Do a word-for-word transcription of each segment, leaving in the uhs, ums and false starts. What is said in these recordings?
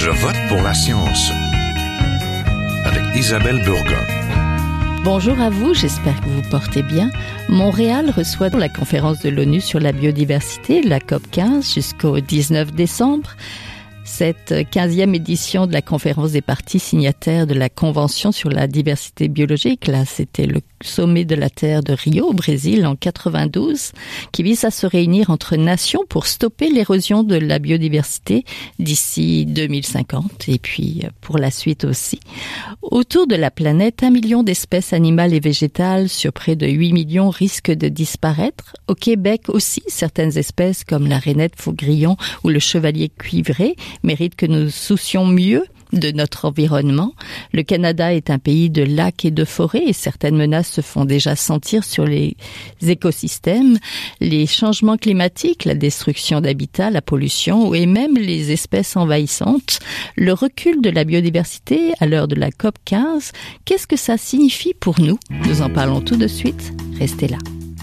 Je vote pour la science avec Isabelle Burgon. Bonjour à vous, j'espère que vous vous portez bien. Montréal reçoit la conférence de l'ONU sur la biodiversité, la COP quinze, jusqu'au dix-neuf décembre. Cette quinzième édition de la conférence des parties signataires de la Convention sur la diversité biologique, là c'était le sommet de la Terre de Rio au Brésil en quatre-vingt-douze, qui vise à se réunir entre nations pour stopper l'érosion de la biodiversité d'ici deux mille cinquante et puis pour la suite aussi. Autour de la planète, un million d'espèces animales et végétales sur près de huit millions risquent de disparaître. Au Québec aussi, certaines espèces comme la rainette faugrillon ou le chevalier cuivré méritent que nous nous soucions mieux de notre environnement. Le Canada est un pays de lacs et de forêts et certaines menaces se font déjà sentir sur les écosystèmes. Les changements climatiques, la destruction d'habitats, la pollution et même les espèces envahissantes. Le recul de la biodiversité à l'heure de la COP quinze, qu'est-ce que ça signifie pour nous? Nous en parlons tout de suite. Restez là.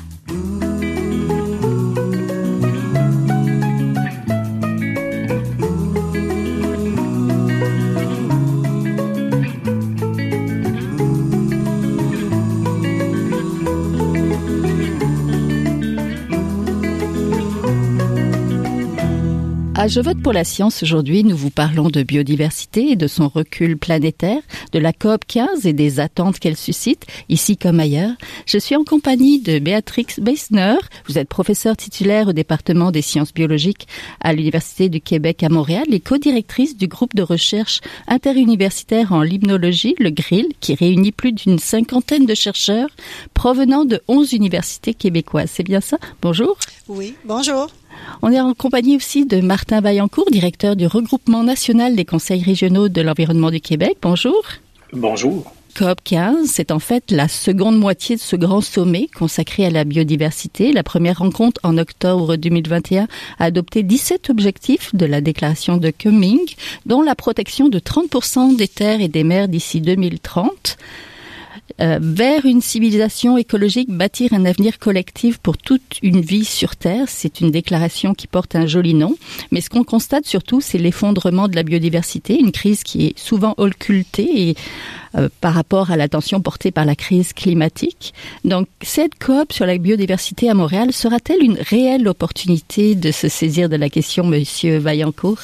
À Je vote pour la science, aujourd'hui, nous vous parlons de biodiversité et de son recul planétaire, de la COP quinze et des attentes qu'elle suscite, ici comme ailleurs. Je suis en compagnie de Béatrix Beisner. Vous êtes professeure titulaire au département des sciences biologiques à l'Université du Québec à Montréal et co-directrice du groupe de recherche interuniversitaire en limnologie, le G R I L, qui réunit plus d'une cinquantaine de chercheurs provenant de onze universités québécoises. C'est bien ça? Bonjour. Oui, bonjour. On est en compagnie aussi de Martin Vaillancourt, directeur du regroupement national des conseils régionaux de l'environnement du Québec. Bonjour. Bonjour. COP quinze, c'est en fait la seconde moitié de ce grand sommet consacré à la biodiversité. La première rencontre en octobre deux mille vingt et un a adopté dix-sept objectifs de la déclaration de Kunming, dont la protection de trente pour cent des terres et des mers d'ici deux mille trente. Euh, vers une civilisation écologique, bâtir un avenir collectif pour toute une vie sur Terre. C'est une déclaration qui porte un joli nom. Mais ce qu'on constate surtout, c'est l'effondrement de la biodiversité, une crise qui est souvent occultée et, euh, par rapport à l'attention portée par la crise climatique. Donc, cette COP sur la biodiversité à Montréal sera-t-elle une réelle opportunité de se saisir de la question, Monsieur Vaillancourt?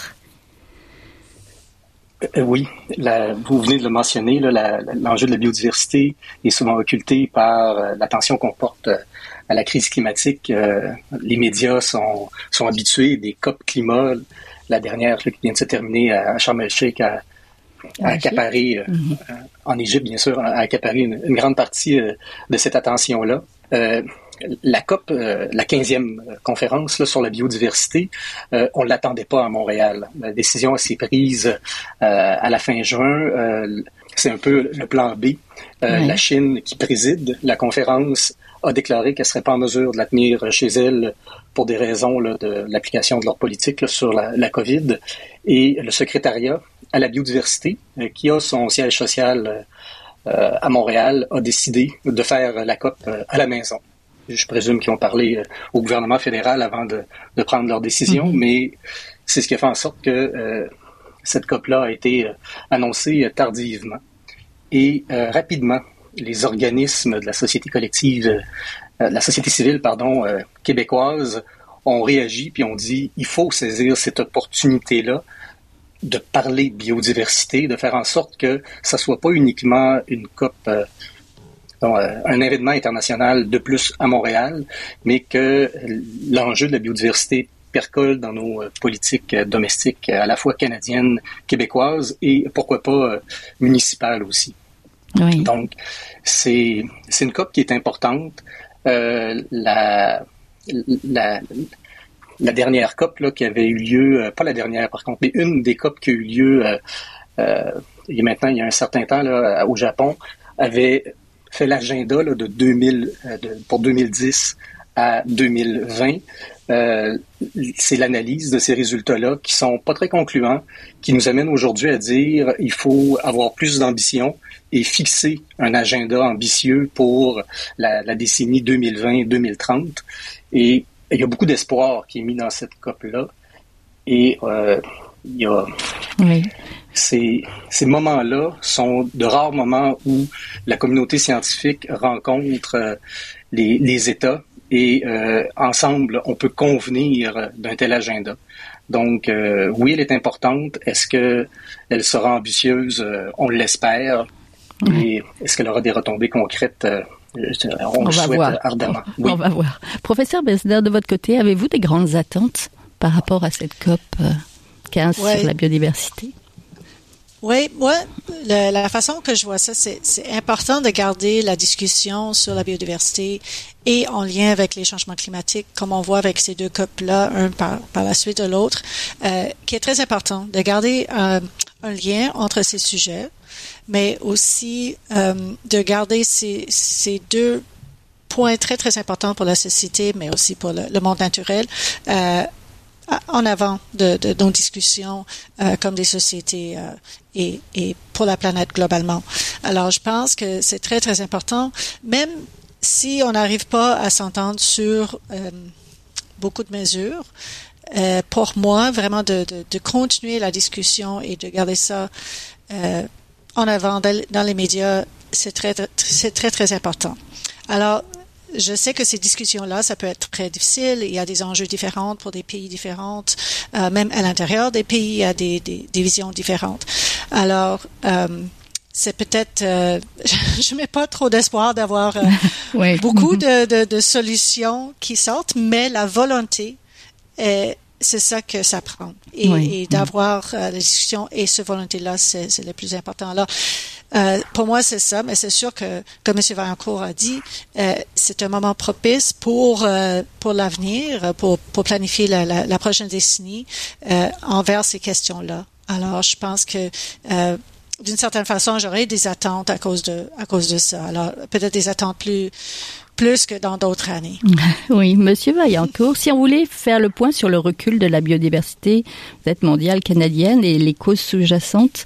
Euh, oui, la, vous venez de le mentionner, là, la, l'enjeu de la biodiversité est souvent occulté par euh, l'attention qu'on porte euh, à la crise climatique. Euh, les médias sont, sont habitués des COP climat, la dernière là, qui vient de se terminer à Sharm el-Sheikh, à, à accaparer, euh, mm-hmm. euh, en Égypte bien sûr, à accaparer une, une grande partie euh, de cette attention-là. Euh, La COP, euh, la quinzième conférence là, sur la biodiversité, euh, on ne l'attendait pas à Montréal. La décision s'est prise euh, à la fin juin. Euh, c'est un peu le plan B. Euh, oui. La Chine, qui préside la conférence, a déclaré qu'elle ne serait pas en mesure de la tenir chez elle pour des raisons là, de l'application de leur politique là, sur la, la COVID. Et le secrétariat à la biodiversité, euh, qui a son siège social euh, à Montréal, a décidé de faire la COP euh, à la maison. Je présume qu'ils ont parlé euh, au gouvernement fédéral avant de, de prendre leur décision, mm-hmm. mais c'est ce qui a fait en sorte que euh, cette COP-là a été euh, annoncée euh, tardivement. Et euh, rapidement, les organismes de la société collective, euh, de la société civile, pardon, euh, québécoise ont réagi puis ont dit il faut saisir cette opportunité-là de parler de biodiversité, de faire en sorte que ça soit pas uniquement une COP euh, Donc, euh, un événement international de plus à Montréal, mais que l'enjeu de la biodiversité percole dans nos euh, politiques euh, domestiques, à la fois canadiennes, québécoises et pourquoi pas euh, municipales aussi. Oui. Donc, c'est, c'est une COP qui est importante. Euh, la, la, la dernière COP là, qui avait eu lieu, euh, pas la dernière par contre, mais une des COP qui a eu lieu euh, euh, il y a maintenant il y a un certain temps là, au Japon, avait fait l'agenda là, de deux mille euh, de, pour deux mille dix à deux mille vingt. Euh, c'est l'analyse de ces résultats-là qui sont pas très concluants, qui nous amènent aujourd'hui à dire il faut avoir plus d'ambition et fixer un agenda ambitieux pour la, la décennie deux mille vingt deux mille trente. Et il y a beaucoup d'espoir qui est mis dans cette COP-là. Et euh, il y a Oui. Ces, ces moments-là sont de rares moments où la communauté scientifique rencontre euh, les, les États et euh, ensemble, on peut convenir d'un tel agenda. Donc, euh, oui, elle est importante. Est-ce qu'elle sera ambitieuse? Euh, on l'espère. Oui. Et est-ce qu'elle aura des retombées concrètes? Euh, on, on le va souhaite voir. ardemment. On, oui. on va voir. Professeur Bessner, de votre côté, avez-vous des grandes attentes par rapport à cette COP quinze ouais. sur la biodiversité? Oui, moi, le, la façon que je vois ça, c'est, c'est important de garder la discussion sur la biodiversité et en lien avec les changements climatiques, comme on voit avec ces deux COP-là, un par, par la suite de l'autre, euh, qui est très important, de garder euh, un lien entre ces sujets, mais aussi euh, de garder ces, ces deux points très, très importants pour la société, mais aussi pour le, le monde naturel, euh, en avant de, de nos discussions euh, comme des sociétés euh, et, et pour la planète globalement. Alors, je pense que c'est très, très important, même si on n'arrive pas à s'entendre sur euh, beaucoup de mesures, euh, pour moi, vraiment de, de, de continuer la discussion et de garder ça euh, en avant dans les médias, c'est très, c'est très, très important. Alors, je sais que ces discussions-là, ça peut être très difficile. Il y a des enjeux différents pour des pays différents. Euh, même à l'intérieur des pays, il y a des, des, des visions différentes. Alors, euh, c'est peut-être... Euh, je mets pas trop d'espoir d'avoir euh, oui. beaucoup de, de, de solutions qui sortent, mais la volonté, est, c'est ça que ça prend. Et, oui. et d'avoir euh, la discussion et cette volonté-là, c'est, c'est le plus important. Alors, Euh, pour moi, c'est ça, mais c'est sûr que, comme M. Vaillancourt a dit, euh, c'est un moment propice pour euh, pour l'avenir, pour pour planifier la, la, la prochaine décennie euh, envers ces questions-là. Alors, je pense que euh, d'une certaine façon, j'aurais des attentes à cause de à cause de ça. Alors, peut-être des attentes plus plus que dans d'autres années. Oui, Monsieur Vaillancourt, si on voulait faire le point sur le recul de la biodiversité, vous êtes mondiale canadienne et les causes sous-jacentes.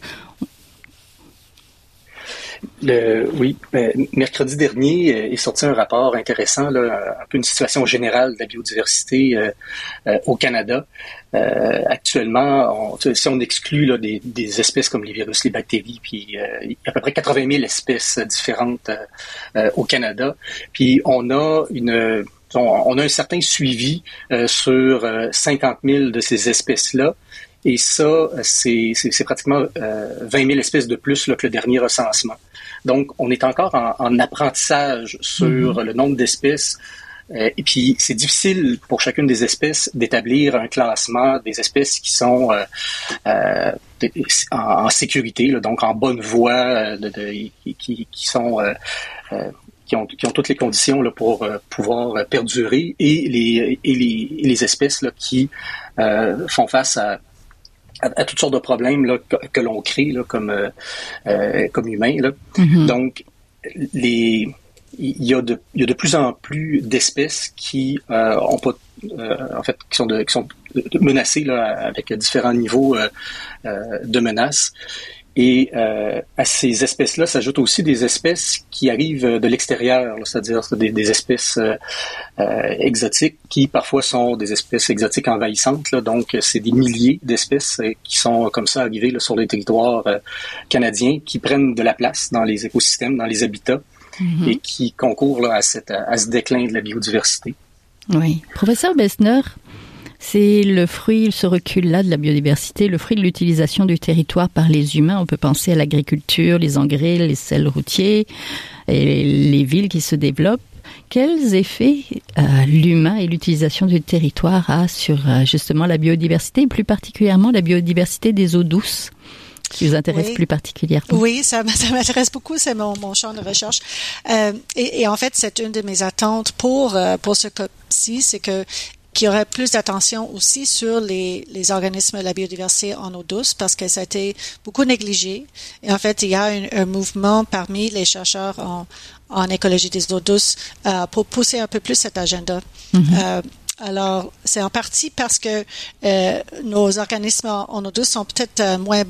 Le, oui, euh, mercredi dernier euh, est sorti un rapport intéressant, là, un peu une situation générale de la biodiversité euh, euh, au Canada. Euh, actuellement, on, si on exclut là, des, des espèces comme les virus, les bactéries, puis euh, il y a à peu près quatre-vingt mille espèces différentes euh, euh, au Canada. Puis on a une, on, on a un certain suivi euh, sur euh, cinquante mille de ces espèces-là. Et ça, c'est, c'est, c'est pratiquement euh, vingt mille espèces de plus là, que le dernier recensement. Donc, on est encore en, en apprentissage sur mm-hmm. le nombre d'espèces. Euh, et puis, c'est difficile pour chacune des espèces d'établir un classement des espèces qui sont euh, euh, en, en sécurité, là, donc en bonne voie, de, de, qui, qui sont... Euh, euh, Qui ont, qui ont toutes les conditions là, pour euh, pouvoir perdurer, et les, et les, et les espèces là, qui euh, font face à À, à toutes sortes de problèmes là, que, que l'on crée là, comme euh, euh, comme humains là. Mm-hmm. Donc les il y a de il y a de plus en plus d'espèces qui euh, ont pas euh, en fait qui sont de qui sont menacées là, avec différents niveaux euh, euh, de menaces. Et euh, à ces espèces-là s'ajoutent aussi des espèces qui arrivent de l'extérieur, là, c'est-à-dire des, des espèces euh, euh, exotiques qui parfois sont des espèces exotiques envahissantes. Là, donc, c'est des milliers d'espèces euh, qui sont comme ça arrivées là, sur les territoires euh, canadiens, qui prennent de la place dans les écosystèmes, dans les habitats, mm-hmm. et qui concourent là, à, cette, à ce déclin de la biodiversité. Oui. Professeur Bessner, c'est le fruit, ce recul-là de la biodiversité, le fruit de l'utilisation du territoire par les humains. On peut penser à l'agriculture, les engrais, les sels routiers et les villes qui se développent. Quels effets euh, l'humain et l'utilisation du territoire a sur euh, justement la biodiversité, et plus particulièrement la biodiversité des eaux douces, qui vous intéresse oui. plus particulièrement? Oui, ça, ça m'intéresse beaucoup, c'est mon, mon champ de recherche. Euh, et, et en fait, c'est une de mes attentes pour, euh, pour ce cas-ci, c'est que qu'il y aurait plus d'attention aussi sur les, les organismes de la biodiversité en eau douce, parce que ça a été beaucoup négligé. Et en fait, il y a un, un mouvement parmi les chercheurs en, en écologie des eaux douces euh, pour pousser un peu plus cet agenda. Mm-hmm. Euh, alors, c'est en partie parce que euh, nos organismes en, en eau douce sont peut-être euh, moins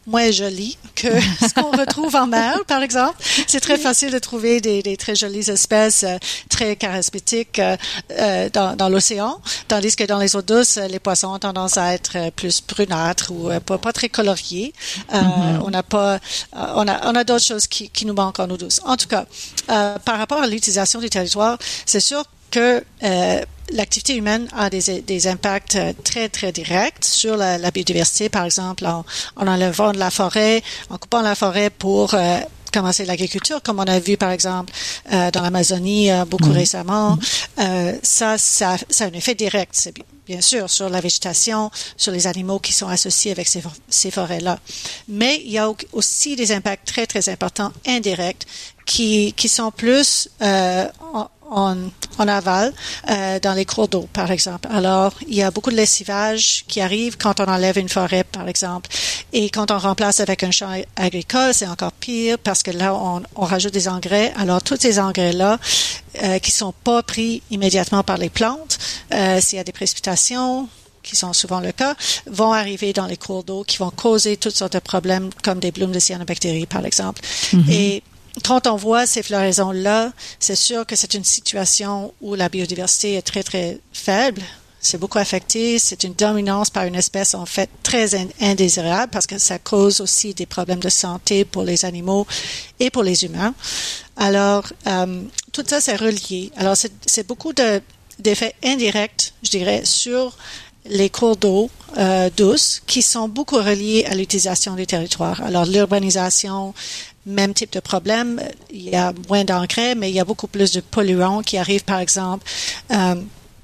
moins jolies que ce qu'on retrouve en mer, par exemple. C'est très facile de trouver des, des très jolies espèces euh, très charismatiques euh, euh, dans, dans l'océan, tandis que dans les eaux douces, les poissons ont tendance à être plus brunâtres ou euh, pas, pas très coloriés. Euh, mm-hmm. On n'a pas, euh, on a, on a d'autres choses qui, qui nous manquent en eau douce. En tout cas, euh, par rapport à l'utilisation du territoire, c'est sûr que euh, l'activité humaine a des, des impacts très, très directs sur la, la biodiversité, par exemple en, en enlevant de la forêt, en coupant la forêt pour euh, commencer l'agriculture, comme on a vu, par exemple, euh, dans l'Amazonie euh, beaucoup mmh. récemment. Euh, ça, ça, ça a un effet direct, c'est bien sûr, sur la végétation, sur les animaux qui sont associés avec ces, ces forêts-là. Mais il y a aussi des impacts très, très importants indirects qui, qui sont plus euh, en, En, en aval, euh, dans les cours d'eau, par exemple. Alors, il y a beaucoup de lessivage qui arrive quand on enlève une forêt, par exemple. Et quand on remplace avec un champ agricole, c'est encore pire parce que là, on, on rajoute des engrais. Alors, tous ces engrais-là, euh, qui sont pas pris immédiatement par les plantes, euh, s'il y a des précipitations, qui sont souvent le cas, vont arriver dans les cours d'eau, qui vont causer toutes sortes de problèmes, comme des blooms de cyanobactéries, par exemple. Mm-hmm. Et quand on voit ces floraisons-là, c'est sûr que c'est une situation où la biodiversité est très, très faible. C'est beaucoup affecté. C'est une dominance par une espèce, en fait, très indésirable parce que ça cause aussi des problèmes de santé pour les animaux et pour les humains. Alors, euh, tout ça, c'est relié. Alors, c'est, c'est beaucoup de, d'effets indirects, je dirais, sur les cours d'eau euh, douces qui sont beaucoup reliés à l'utilisation des territoires. Alors, l'urbanisation, même type de problème, il y a moins d'engrais, mais il y a beaucoup plus de polluants qui arrivent, par exemple, euh,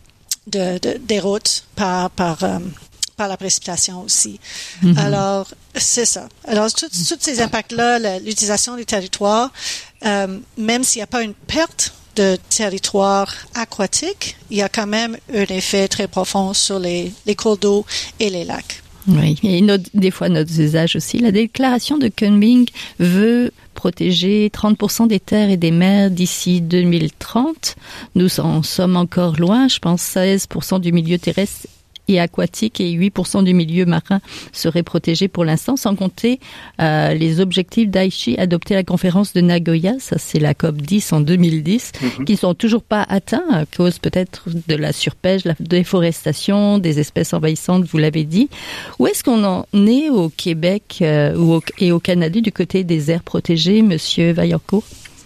de, de, des routes par, par, euh, par la précipitation aussi. Mm-hmm. Alors, c'est ça. Alors, tous ces impacts-là, la, l'utilisation du territoire, euh, même s'il n'y a pas une perte de territoire aquatique, il y a quand même un effet très profond sur les, les cours d'eau et les lacs. Oui, et notre, des fois notre usage aussi. La déclaration de Kunming veut protéger trente pour cent des terres et des mers d'ici deux mille trente. Nous en sommes encore loin. Je pense seize pour cent du milieu terrestre et aquatique et huit pour cent du milieu marin seraient protégés pour l'instant, sans compter euh, les objectifs d'Aichi adoptés à la conférence de Nagoya, ça c'est la C O P dix en deux mille dix, mm-hmm. qui sont toujours pas atteints à cause peut-être de la surpêche, la déforestation, des espèces envahissantes, vous l'avez dit. Où est-ce qu'on en est au Québec euh, ou au, et au Canada du côté des aires protégées, Monsieur Vaillancourt?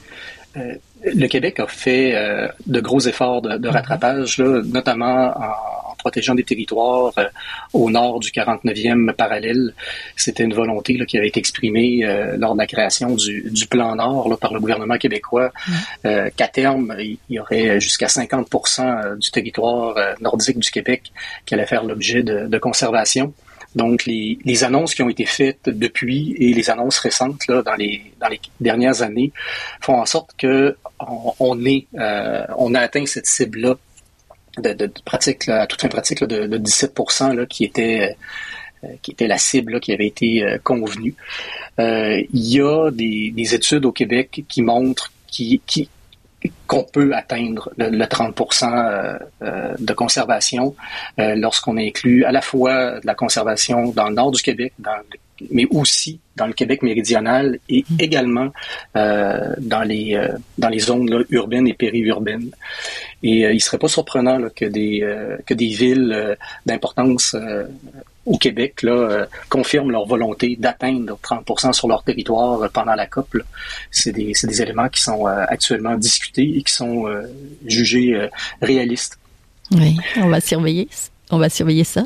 Euh, le Québec a fait euh, de gros efforts de, de rattrapage, là, notamment en protégeant des territoires euh, au nord du quarante-neuvième parallèle. C'était une volonté là, qui avait été exprimée euh, lors de la création du, du plan Nord là, par le gouvernement québécois, mmh. euh, qu'à terme, il y aurait jusqu'à cinquante pour cent du territoire euh, nordique du Québec qui allait faire l'objet de, de conservation. Donc, les, les annonces qui ont été faites depuis et les annonces récentes là, dans les dans les dernières années font en sorte que on, on est euh, on a atteint cette cible-là de, de, de pratique, là, à toute fin pratique, là, de, de dix-sept pour cent là, qui était euh, qui était la cible là, qui avait été euh, convenue. Euh, il y a des, des études au Québec qui montrent qui, qui qu'on peut atteindre le, le trente pour cent euh, euh, de conservation euh, lorsqu'on inclut à la fois de la conservation dans le nord du Québec, dans le, mais aussi dans le Québec méridional et mmh. également euh, dans les euh, dans les zones là, urbaines et périurbaines. Et euh, il serait pas surprenant là, que des euh, que des villes euh, d'importance euh, au Québec là euh, confirment leur volonté d'atteindre trente pour cent sur leur territoire euh, pendant la C O P. Là. C'est des c'est des éléments qui sont euh, actuellement discutés et qui sont euh, jugés euh, réalistes. Oui, on va surveiller on va surveiller ça.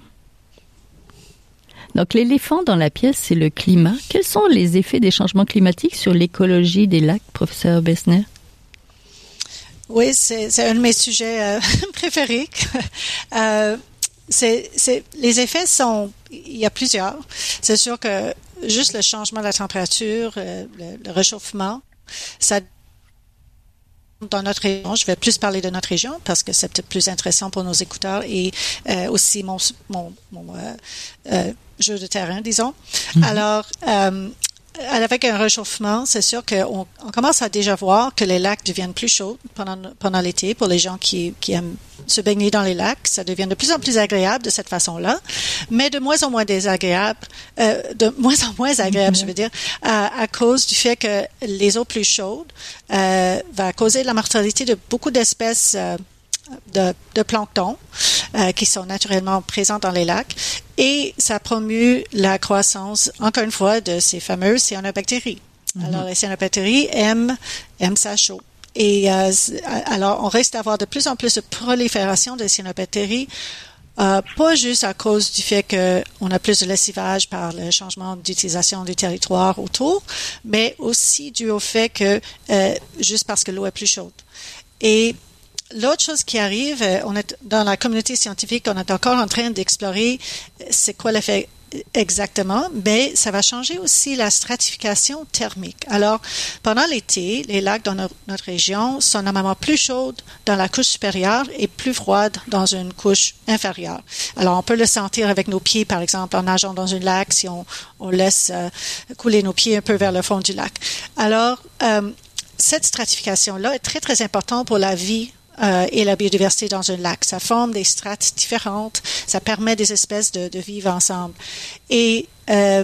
Donc, l'éléphant dans la pièce, c'est le climat. Quels sont les effets des changements climatiques sur l'écologie des lacs, professeur Bessner? Oui, c'est, c'est un de mes sujets euh, préférés. euh, c'est, c'est, les effets sont, il y a plusieurs. C'est sûr que juste le changement de la température, euh, le, le réchauffement, ça dans notre région, je vais plus parler de notre région parce que c'est peut-être plus intéressant pour nos écouteurs et euh, aussi mon, mon, mon euh, euh, jeu de terrain, disons. Mm-hmm. Alors, euh, avec un réchauffement, c'est sûr qu'on on commence à déjà voir que les lacs deviennent plus chauds pendant, pendant l'été pour les gens qui, qui aiment se baigner dans les lacs. Ça devient de plus en plus agréable de cette façon-là, mais de moins en moins désagréable, euh, de moins en moins agréable, je veux dire, à, à cause du fait que les eaux plus chaudes euh, va causer la mortalité de beaucoup d'espèces euh, de, de plancton euh, qui sont naturellement présents dans les lacs, et ça promue la croissance, encore une fois, de ces fameuses cyanobactéries. Mm-hmm. Alors, les cyanobactéries aiment, aiment ça chaud. Et euh, alors, on risque d'avoir de plus en plus de prolifération de cyanobactéries, euh, pas juste à cause du fait qu'on a plus de lessivage par le changement d'utilisation du territoire autour, mais aussi dû au fait que, euh, juste parce que l'eau est plus chaude. Et l'autre chose qui arrive, on est dans la communauté scientifique, on est encore en train d'explorer c'est quoi l'effet exactement, mais ça va changer aussi la stratification thermique. Alors, pendant l'été, les lacs dans no- notre région sont normalement plus chaudes dans la couche supérieure et plus froides dans une couche inférieure. Alors, on peut le sentir avec nos pieds, par exemple, en nageant dans un lac, si on, on laisse euh, couler nos pieds un peu vers le fond du lac. Alors, euh, cette stratification-là est très, très importante pour la vie Euh, et la biodiversité dans un lac. Ça forme des strates différentes, ça permet des espèces de, de vivre ensemble. Et euh,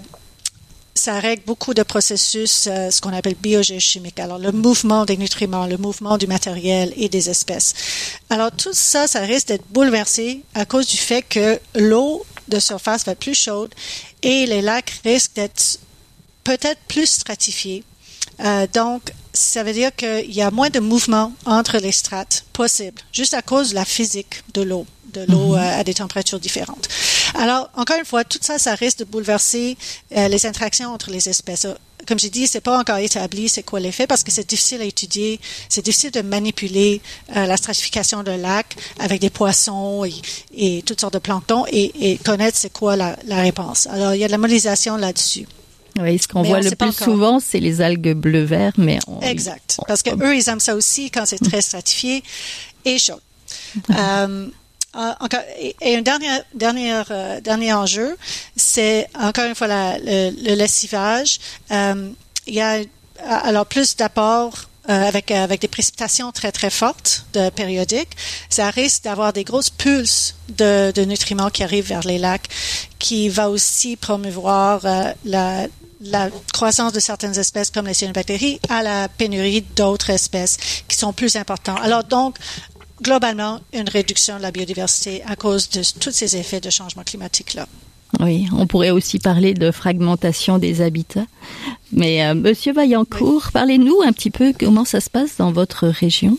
ça règle beaucoup de processus, euh, ce qu'on appelle biogéochimiques. Alors, le mouvement des nutriments, le mouvement du matériel et des espèces. Alors, tout ça, ça risque d'être bouleversé à cause du fait que l'eau de surface va être plus chaude et les lacs risquent d'être peut-être plus stratifiés. Euh, donc, ça veut dire qu'il y a moins de mouvement entre les strates possibles, juste à cause de la physique de l'eau, de l'eau mm-hmm. euh, à des températures différentes. Alors, encore une fois, tout ça, ça risque de bouleverser euh, les interactions entre les espèces. Comme j'ai dit, c'est pas encore établi c'est quoi l'effet parce que c'est difficile à étudier, c'est difficile de manipuler euh, la stratification d'un lac avec des poissons et, et toutes sortes de plancton et, et connaître c'est quoi la, la réponse. Alors, il y a de la modélisation là-dessus. Oui, ce qu'on mais voit le plus souvent, c'est les algues bleu-vert, mais on... Exact, parce que eux, ils aiment ça aussi quand c'est très stratifié et chaud. euh, encore, et, et un dernier, dernier, euh, dernier enjeu, c'est encore une fois la, le, le lessivage. Euh, il y a alors plus d'apports Euh, avec avec des précipitations très très fortes de périodiques, ça risque d'avoir des grosses pulses de, de nutriments qui arrivent vers les lacs, qui va aussi promouvoir euh, la la croissance de certaines espèces comme les cyanobactéries à la pénurie d'autres espèces qui sont plus importantes. Alors donc, globalement, une réduction de la biodiversité à cause de tous ces effets de changement climatique-là. Oui, on pourrait aussi parler de fragmentation des habitats. Mais euh, Monsieur Vaillancourt, oui. Parlez-nous un petit peu comment ça se passe dans votre région.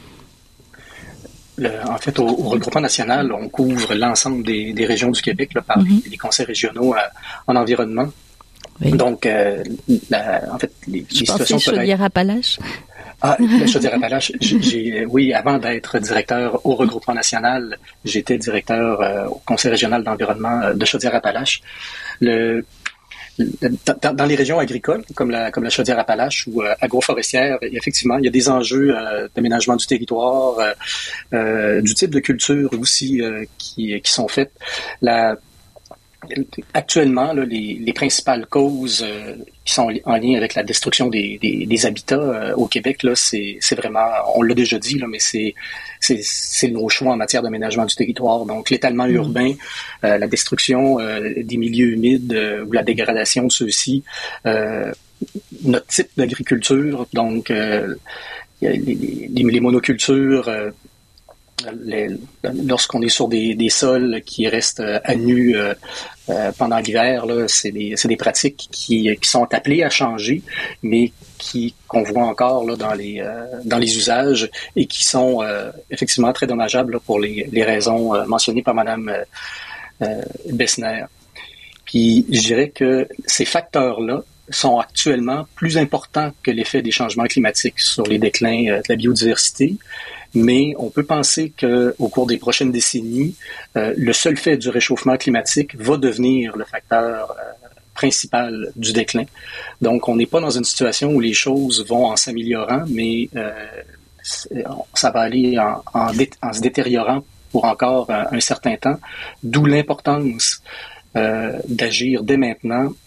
Le, en fait, au, au regroupement national, on couvre l'ensemble des, des régions du Québec là, par mm-hmm. les, les conseils régionaux à, en environnement. Oui. Donc, euh, la, en fait, les, Je les situations peuvent être... Chaudière-Appalaches. Ah, la Chaudière-Appalaches. J'ai, j'ai, oui, avant d'être directeur au regroupement national, j'étais directeur euh, au conseil régional d'environnement de Chaudière-Appalaches. Le, le, dans, dans les régions agricoles, comme la, comme la Chaudière-Appalaches ou euh, agroforestière, effectivement, il y a des enjeux euh, d'aménagement du territoire, euh, euh, du type de culture aussi euh, qui, qui sont faites. La, Actuellement, là, les, les principales causes euh, qui sont en lien avec la destruction des, des, des habitats euh, au Québec, là, c'est, c'est vraiment, on l'a déjà dit, là, mais c'est, c'est, c'est nos choix en matière d'aménagement du territoire. Donc, l'étalement mmh. urbain, euh, la destruction euh, des milieux humides euh, ou la dégradation de ceux-ci, euh, notre type d'agriculture, donc euh, les, les, les monocultures. Euh, Les, lorsqu'on est sur des, des sols qui restent à nu euh, euh, pendant l'hiver, là, c'est des, c'est des pratiques qui, qui sont appelées à changer, mais qui qu'on voit encore là, dans les euh, dans les usages et qui sont euh, effectivement très dommageables là, pour les, les raisons euh, mentionnées par Madame euh, euh, Bessner. Puis je dirais que ces facteurs-là sont actuellement plus importants que l'effet des changements climatiques sur les déclins euh, de la biodiversité. Mais on peut penser qu'au cours des prochaines décennies, euh, le seul fait du réchauffement climatique va devenir le facteur euh, principal du déclin. Donc, on n'est pas dans une situation où les choses vont en s'améliorant, mais euh, ça va aller en, en, dé, en se détériorant pour encore un, un certain temps, d'où l'importance euh, d'agir dès maintenant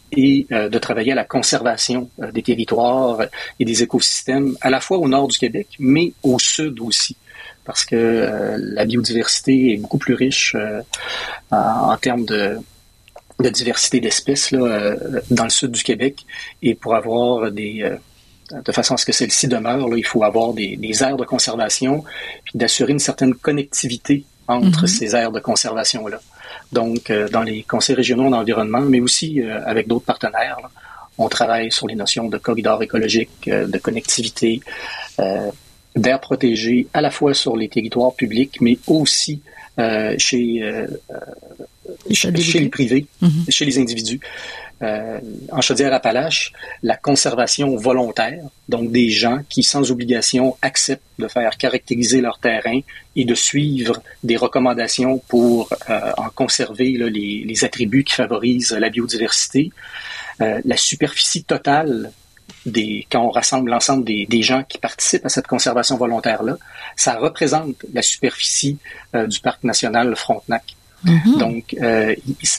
et euh, de travailler à la conservation euh, des territoires et des écosystèmes, à la fois au nord du Québec, mais au sud aussi, parce que euh, la biodiversité est beaucoup plus riche euh, en, en termes de, de diversité d'espèces là, euh, dans le sud du Québec, et pour avoir des... Euh, de façon à ce que celle-ci demeure, là, il faut avoir des, des aires de conservation, puis d'assurer une certaine connectivité entre mm-hmm. ces aires de conservation-là. Donc, euh, dans les conseils régionaux d'environnement, mais aussi euh, avec d'autres partenaires, là, on travaille sur les notions de corridors écologiques, euh, de connectivité, euh, d'aires protégées, à la fois sur les territoires publics, mais aussi euh, chez, euh, chez, chez les privés, mm-hmm. chez les individus. Euh, en Chaudière-Appalaches, la conservation volontaire, donc des gens qui, sans obligation, acceptent de faire caractériser leur terrain et de suivre des recommandations pour euh, en conserver là, les, les attributs qui favorisent la biodiversité. Euh, la superficie totale, des, quand on rassemble l'ensemble des, des gens qui participent à cette conservation volontaire-là, ça représente la superficie euh, du parc national Frontenac. Mm-hmm. Donc, euh,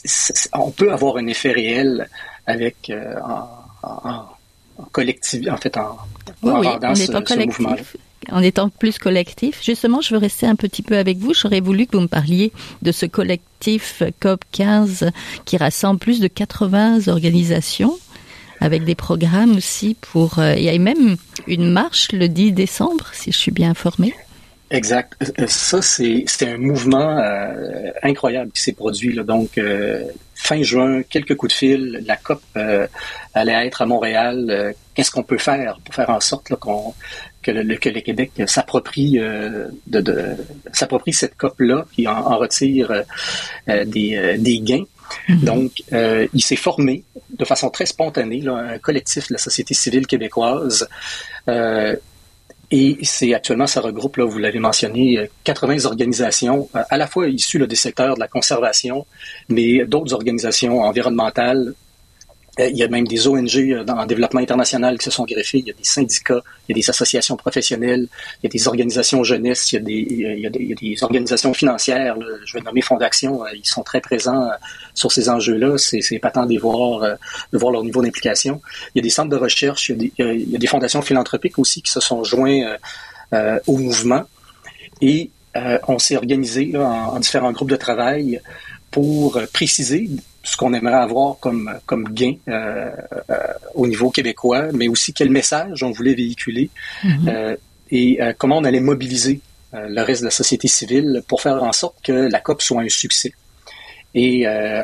on peut avoir un effet réel avec euh, en, en, en collectif, en fait, en, oui, en oui, rendant en ce, étant ce mouvement. En étant plus collectif. Justement, je veux rester un petit peu avec vous. J'aurais voulu que vous me parliez de ce collectif C O P quinze qui rassemble plus de quatre-vingts organisations avec des programmes aussi pour... Euh, il y a même une marche le dix décembre, si je suis bien informée. Exact. Ça, c'est, c'est un mouvement euh, incroyable qui s'est produit. Là. Donc, euh, fin juin, quelques coups de fil, la C O P euh, allait être à Montréal. Euh, qu'est-ce qu'on peut faire pour faire en sorte là, qu'on, que, le, que le Québec s'approprie, euh, de, de, s'approprie cette C O P-là, puis en, en retire euh, des, euh, des gains. Mm-hmm. Donc, euh, il s'est formé de façon très spontanée, là, un collectif de la société civile québécoise. Euh, Et c'est actuellement, ça regroupe, là, vous l'avez mentionné, quatre-vingts organisations, à la fois issues là, des secteurs de la conservation, mais d'autres organisations environnementales. Il y a même des O N G en développement international qui se sont greffés. Il y a des syndicats, il y a des associations professionnelles, il y a des organisations jeunesse, il y a des, il y a des, il y a des organisations financières. Là, je vais nommer Fonds d'Action. Ils sont très présents sur ces enjeux-là. C'est, c'est épatant de voir, de voir leur niveau d'implication. Il y a des centres de recherche, il y a des, il y a des fondations philanthropiques aussi qui se sont joints euh, au mouvement. Et euh, on s'est organisé là, en, en différents groupes de travail pour préciser ce qu'on aimerait avoir comme, comme gain euh, euh, au niveau québécois, mais aussi quel message on voulait véhiculer mm-hmm. euh, et euh, comment on allait mobiliser euh, le reste de la société civile pour faire en sorte que la C O P soit un succès. Et euh,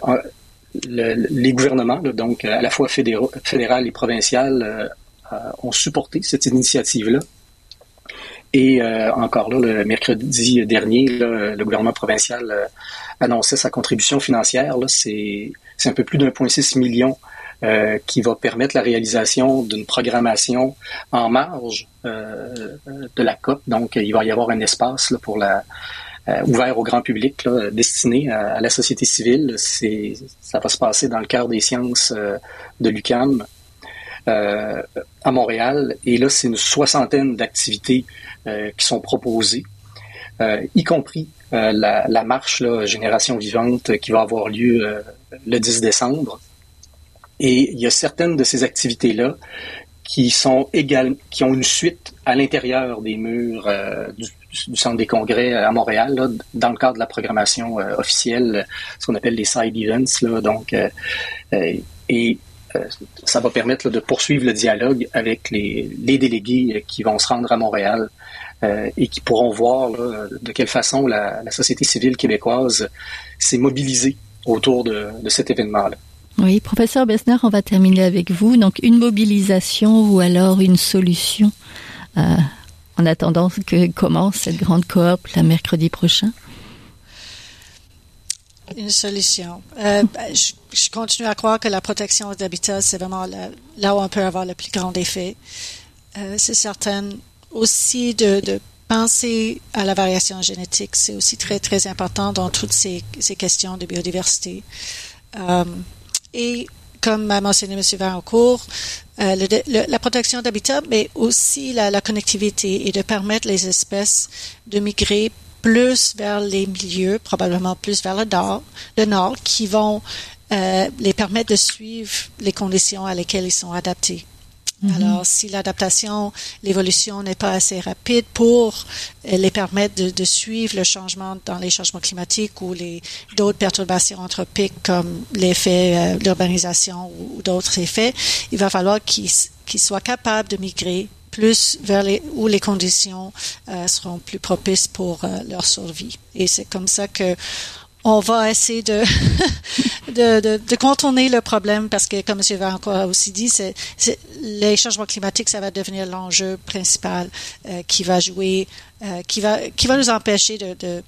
le, les gouvernements, là, donc à la fois fédéraux, fédéral et provincial, euh, ont supporté cette initiative-là. Et euh, encore là, le mercredi dernier, là, le gouvernement provincial euh, annonçait sa contribution financière. Là, c'est, c'est un peu plus d'un virgule six million euh, qui va permettre la réalisation d'une programmation en marge euh, de la C O P. Donc, il va y avoir un espace là, pour la euh, ouvert au grand public, là, destiné à, à la société civile. C'est, ça va se passer dans le cœur des sciences euh, de l'U Q A M. Euh, à Montréal, et là, c'est une soixantaine d'activités euh, qui sont proposées, euh, y compris euh, la, la marche là, Génération Vivante qui va avoir lieu euh, le dix décembre. Et il y a certaines de ces activités-là qui sont égales, qui ont une suite à l'intérieur des murs euh, du, du Centre des congrès à Montréal, là, dans le cadre de la programmation euh, officielle, ce qu'on appelle les side events. Là, donc, euh, euh, et ça va permettre là, de poursuivre le dialogue avec les, les délégués qui vont se rendre à Montréal euh, et qui pourront voir là, de quelle façon la, la société civile québécoise s'est mobilisée autour de, de cet événement-là. Oui, professeur Bessner, on va terminer avec vous. Donc, une mobilisation ou alors une solution euh, en attendant que commence cette grande coop le mercredi prochain? Une solution. Euh, je, je continue à croire que la protection d'habitat, c'est vraiment là, là où on peut avoir le plus grand effet. Euh, c'est certain aussi de, de penser à la variation génétique. C'est aussi très, très important dans toutes ces, ces questions de biodiversité. Euh, et comme a mentionné M. Vaillancourt, euh, le, le, la protection d'habitat, mais aussi la, la connectivité et de permettre les espèces de migrer plus vers les milieux, probablement plus vers le nord, le nord qui vont euh, les permettent de suivre les conditions à lesquelles ils sont adaptés. Mm-hmm. Alors, si l'adaptation, l'évolution n'est pas assez rapide pour euh, les permettre de, de suivre le changement dans les changements climatiques ou les d'autres perturbations anthropiques comme l'effet euh, l'urbanisation ou, ou d'autres effets, il va falloir qu'ils, qu'ils soient capables de migrer plus vers les où les conditions euh, seront plus propices pour euh, leur survie. Et c'est comme ça que on va essayer de de, de, de contourner le problème parce que, comme M. Vaillancourt a aussi dit, c'est, c'est les changements climatiques, ça va devenir l'enjeu principal euh, qui va jouer, euh, qui va qui va nous empêcher de, de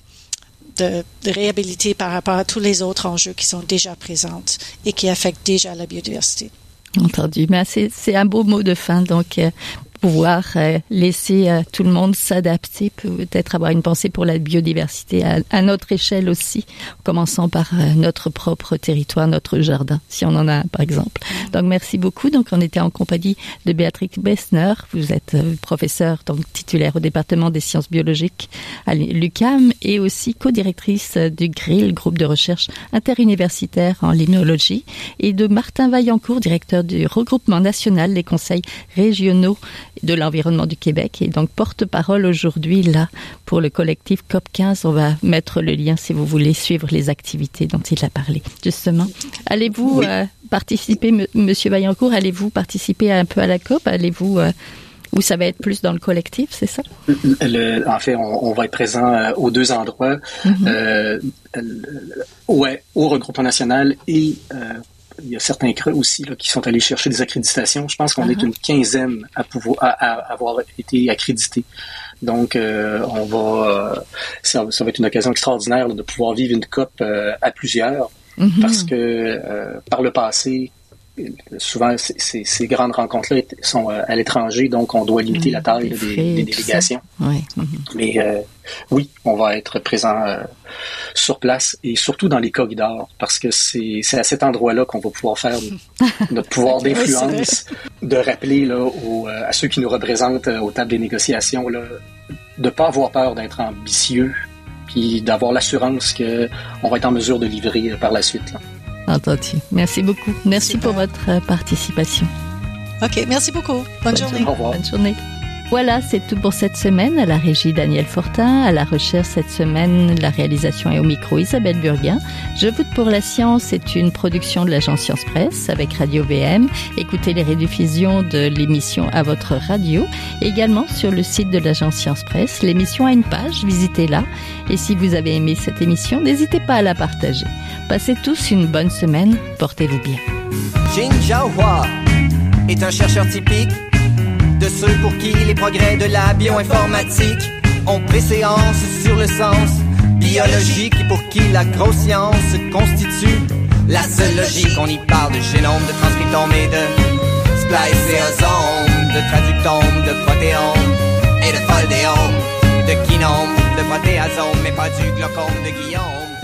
de de réhabiliter par rapport à tous les autres enjeux qui sont déjà présents et qui affectent déjà la biodiversité. Entendu. Mais c'est, c'est un beau mot de fin, donc euh, pouvoir euh, laisser euh, tout le monde s'adapter, peut-être avoir une pensée pour la biodiversité à, à notre échelle aussi, en commençant par euh, notre propre territoire, notre jardin, si on en a un, par exemple. Donc, merci beaucoup. Donc, on était en compagnie de Béatrix Bessner. Vous êtes euh, professeure, donc titulaire au département des sciences biologiques à l'U Q A M et aussi co-directrice du G R I L, groupe de recherche interuniversitaire en limnologie, et de Martin Vaillancourt, directeur du regroupement national des conseils régionaux de l'environnement du Québec et donc porte-parole aujourd'hui là pour le collectif C O P quinze. On va mettre le lien si vous voulez suivre les activités dont il a parlé. Justement, allez-vous oui. euh, participer, m- Monsieur Vaillancourt, allez-vous participer un peu à la C O P? Allez-vous euh, ou ça va être plus dans le collectif, c'est ça? Le, en fait, on, on va être présent euh, aux deux endroits, mm-hmm. euh, le, ouais, au regroupement national et euh, il y a certains creux aussi là, qui sont allés chercher des accréditations. Je pense qu'on uh-huh. est une quinzaine à pouvoir à, à avoir été accrédités. Donc, euh, on va, euh, ça, ça va être une occasion extraordinaire là, de pouvoir vivre une C O P euh, à plusieurs, mm-hmm. parce que euh, par le passé, souvent c- c- ces grandes rencontres-là sont euh, à l'étranger, donc on doit limiter mmh, la taille des, des, des délégations. Ouais. Mmh. Mais euh, oui, on va être présent euh, sur place et surtout dans les corridors, parce que c'est, c'est à cet endroit-là qu'on va pouvoir faire notre pouvoir d'influence, de rappeler là, aux, à ceux qui nous représentent aux tables des négociations là, de ne pas avoir peur d'être ambitieux, puis d'avoir l'assurance qu'on va être en mesure de livrer par la suite. Là. Entendu. Merci beaucoup. Merci Super. pour votre participation. OK, merci beaucoup. Bonne, Bonne journée. Au revoir. Bonne journée. Voilà, c'est tout pour cette semaine. À la régie, Daniel Fortin. À la recherche cette semaine, la réalisation est au micro, Isabelle Burguin. Je vote pour la science est une production de l'agence Science Presse avec Radio V M. Écoutez les rediffusions de l'émission à votre radio. Également sur le site de l'agence Science Presse. L'émission a une page, visitez-la. Et si vous avez aimé cette émission, n'hésitez pas à la partager. Passez tous une bonne semaine. Portez-vous bien. Jin Jiahua est un chercheur typique de ceux pour qui les progrès de la bioinformatique ont préséance sur le sens biologique et pour qui la grosse science constitue la seule logique. On y parle de génome, de transcriptome et de spliceosome, de traductome, de protéome et de foldéome, de kinome, de protéasome, mais pas du glaucome de Guillaume.